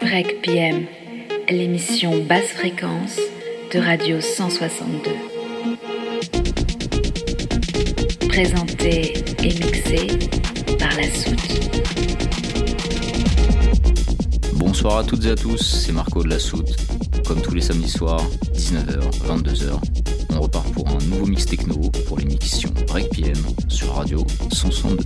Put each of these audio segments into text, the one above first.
Break PM, l'émission basse fréquence de Radio 162. Présentée et mixée par La Soute. Bonsoir à toutes et à tous, c'est Marco de La Soute. Comme tous les samedis soirs, 19h, 22h, on repart pour un nouveau mix techno pour l'émission Break PM sur Radio 162.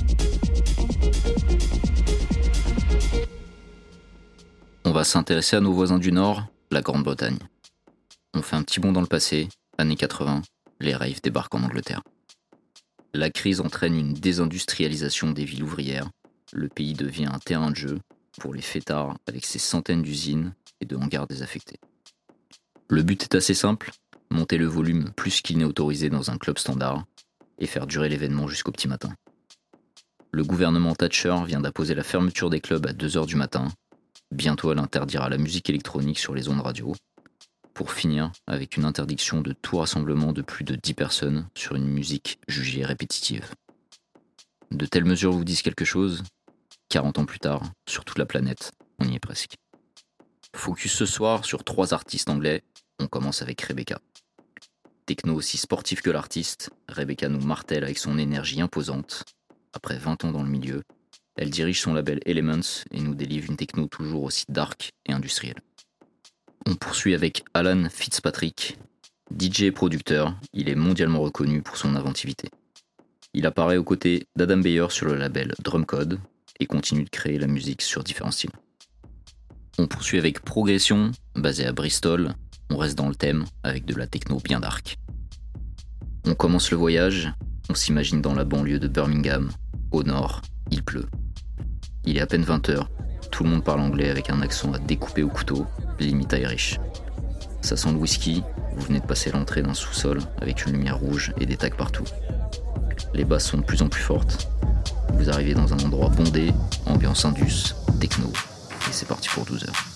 On va s'intéresser à nos voisins du Nord, la Grande-Bretagne. On fait un petit bond dans le passé, années 80, les raves débarquent en Angleterre. La crise entraîne une désindustrialisation des villes ouvrières. Le pays devient un terrain de jeu pour les fêtards avec ses centaines d'usines et de hangars désaffectés. Le but est assez simple, monter le volume plus qu'il n'est autorisé dans un club standard et faire durer l'événement jusqu'au petit matin. Le gouvernement Thatcher vient d'apposer la fermeture des clubs à 2h du matin. Bientôt, elle interdira la musique électronique sur les ondes radio, pour finir avec une interdiction de tout rassemblement de plus de 10 personnes sur une musique jugée répétitive. De telles mesures vous disent quelque chose ? 40 ans plus tard, sur toute la planète, on y est presque. Focus ce soir sur 3 artistes anglais, on commence avec Rebecca. Techno aussi sportif que l'artiste, Rebecca nous martèle avec son énergie imposante. Après 20 ans dans le milieu, elle dirige son label Elements et nous délivre une techno toujours aussi dark et industrielle. On poursuit avec Alan Fitzpatrick. DJ et producteur, il est mondialement reconnu pour son inventivité. Il apparaît aux côtés d'Adam Beyer sur le label Drumcode et continue de créer la musique sur différents styles. On poursuit avec Progression, basé à Bristol. On reste dans le thème avec de la techno bien dark. On commence le voyage, on s'imagine dans la banlieue de Birmingham. Au nord, il pleut. Il est à peine 20h, tout le monde parle anglais avec un accent à découper au couteau, limite Irish. Ça sent le whisky, vous venez de passer l'entrée d'un sous-sol avec une lumière rouge et des tags partout. Les basses sont de plus en plus fortes. Vous arrivez dans un endroit bondé, ambiance indus, techno, et c'est parti pour 12 heures.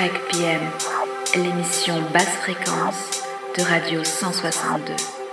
Break PM, l'émission basse fréquence de Radio 162.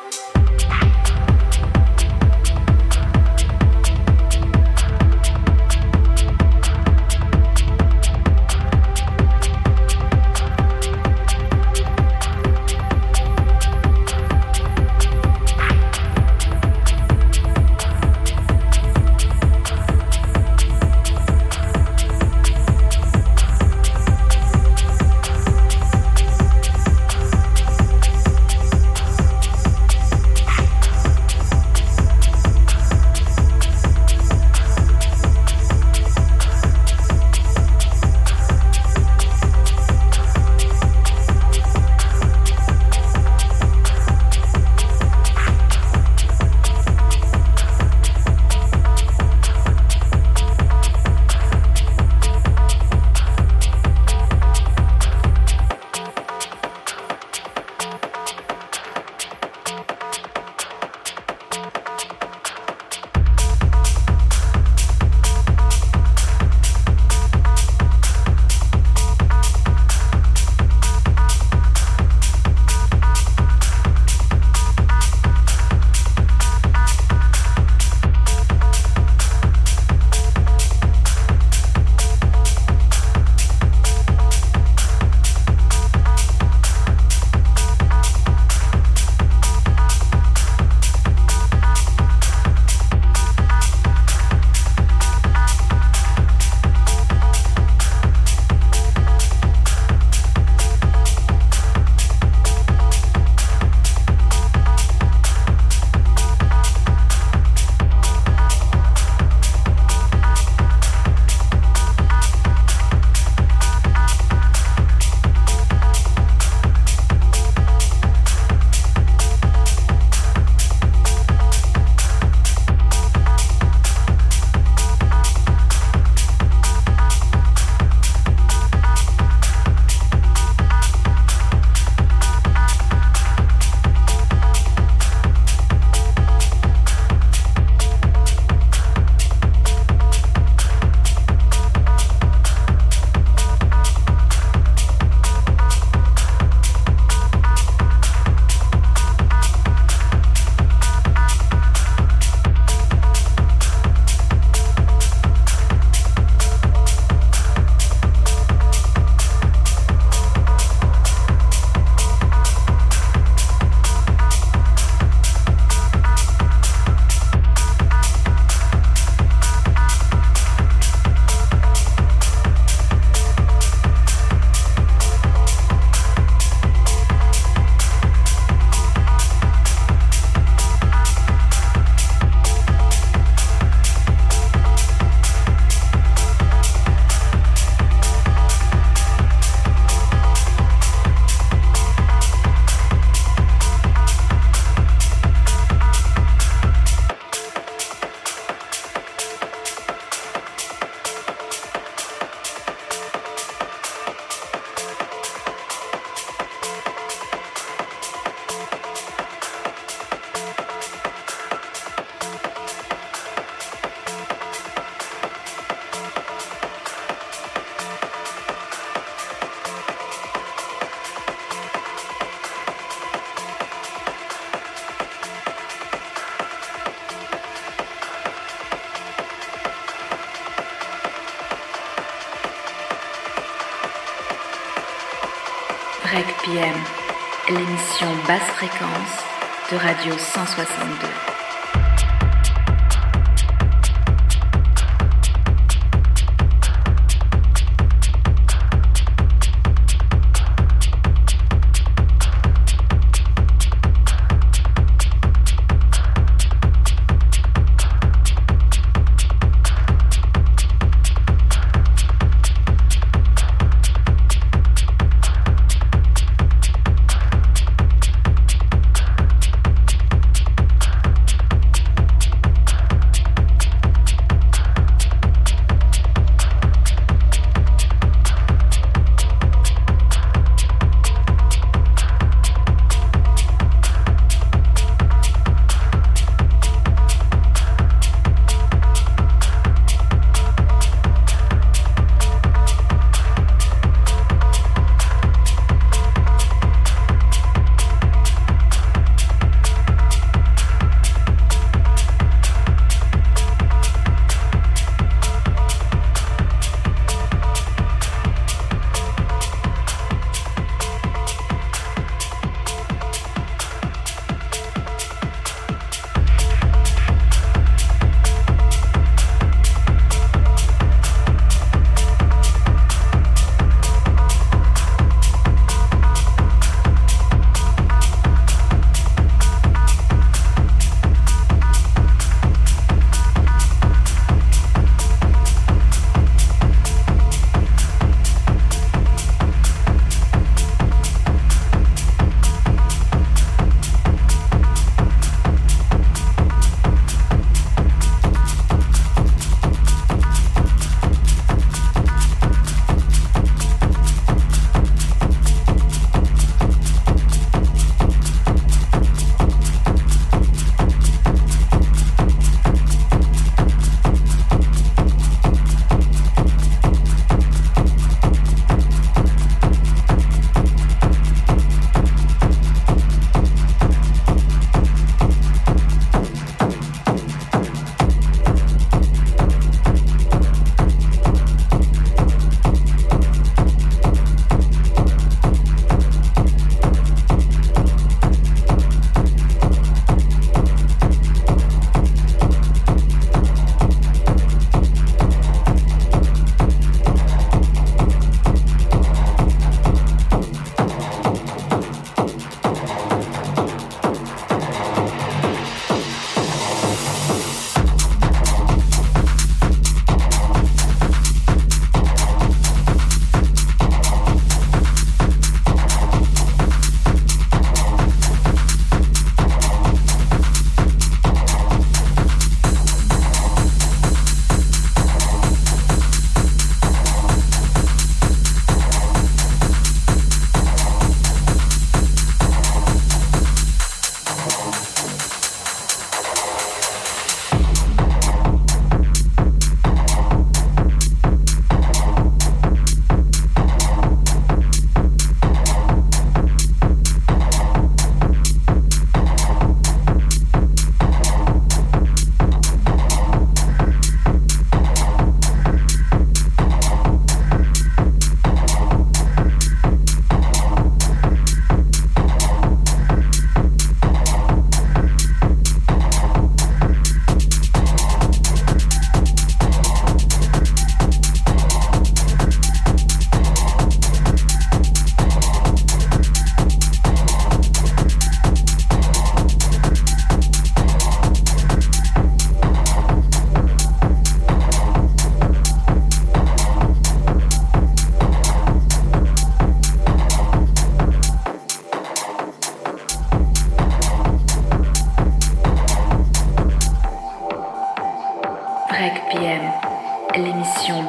Break PM, l'émission basse fréquence de Radio 162.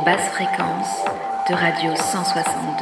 basse fréquence de Radio 162.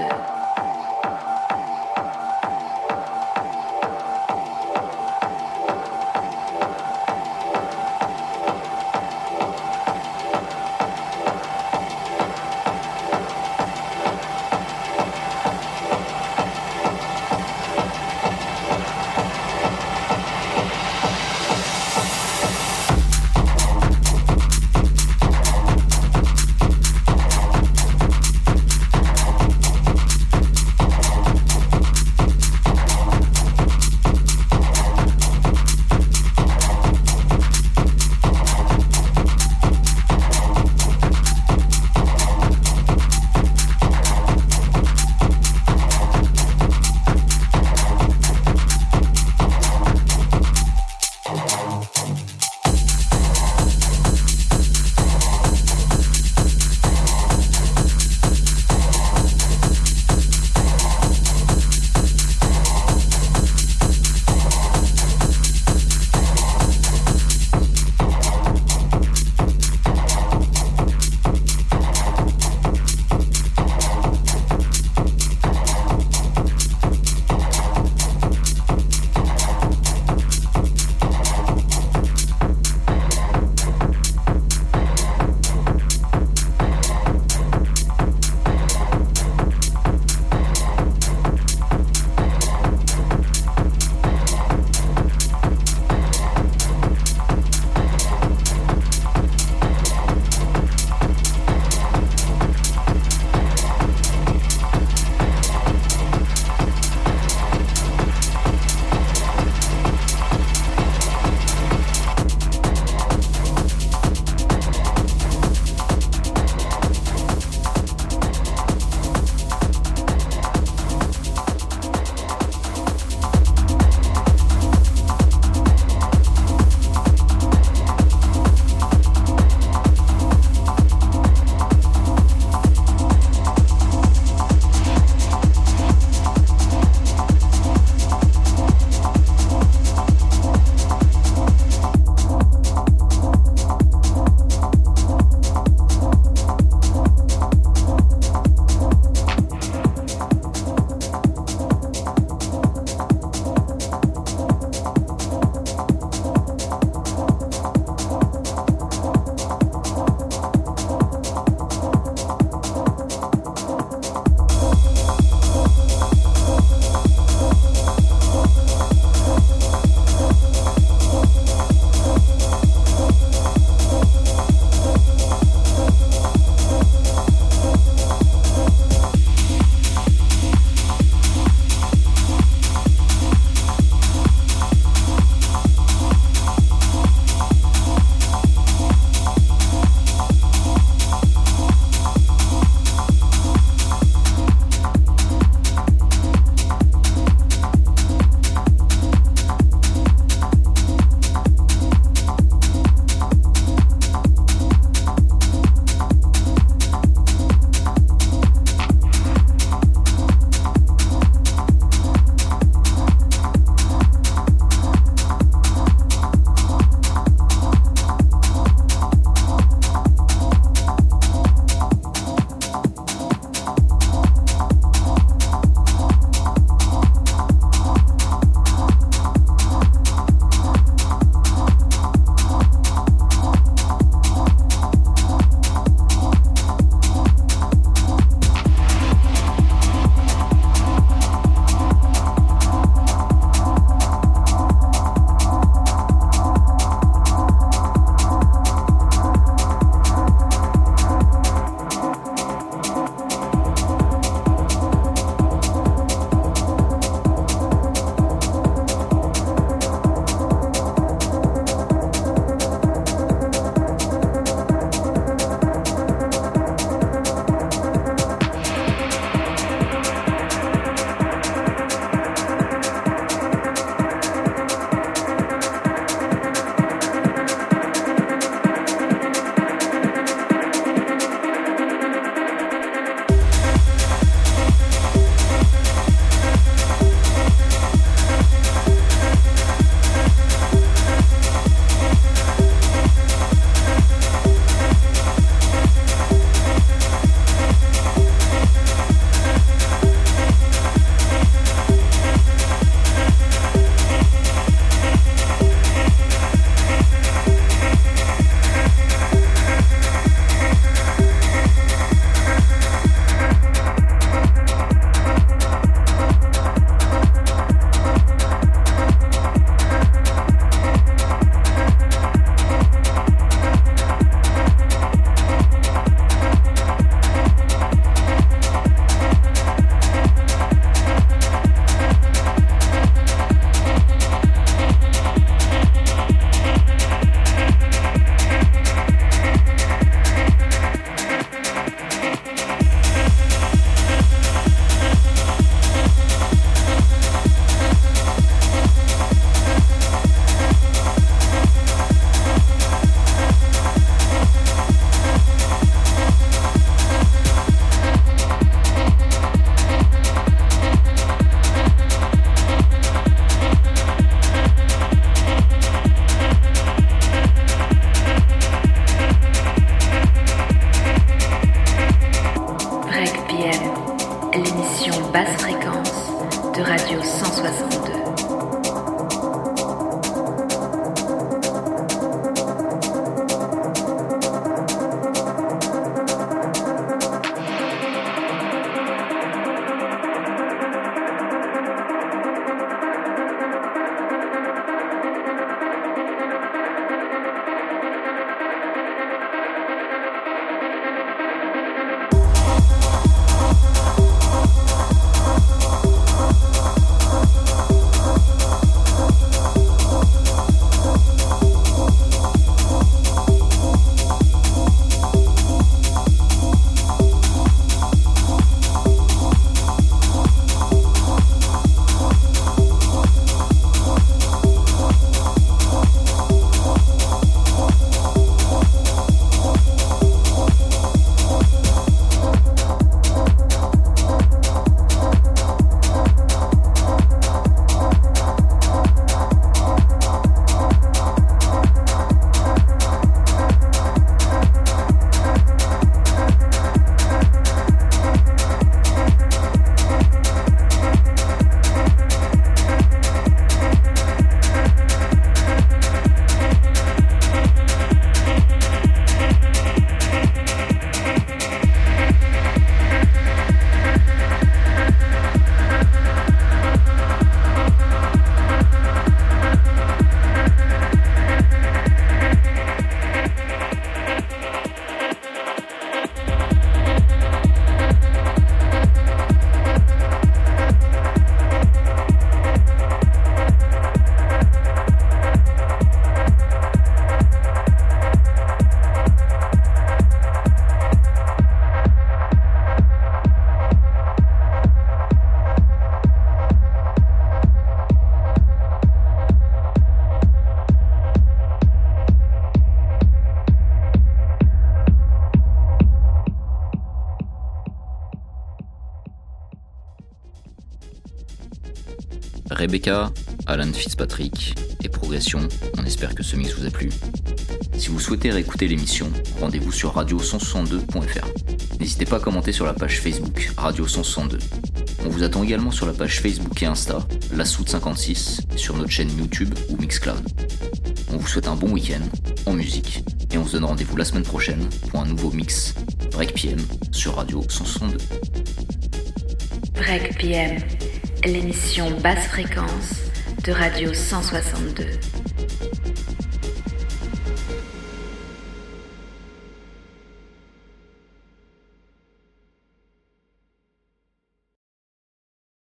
de Radio 162. Rebecca, Alan Fitzpatrick et Progression, on espère que ce mix vous a plu. Si vous souhaitez réécouter l'émission, rendez-vous sur radio162.fr. N'hésitez pas à commenter sur la page Facebook Radio 162. On vous attend également sur la page Facebook et Insta, Lassoute56, et sur notre chaîne YouTube ou Mixcloud. On vous souhaite un bon week-end en musique et on se donne rendez-vous la semaine prochaine pour un nouveau mix Break PM sur Radio 162. Break PM, l'émission basse fréquence de Radio 162.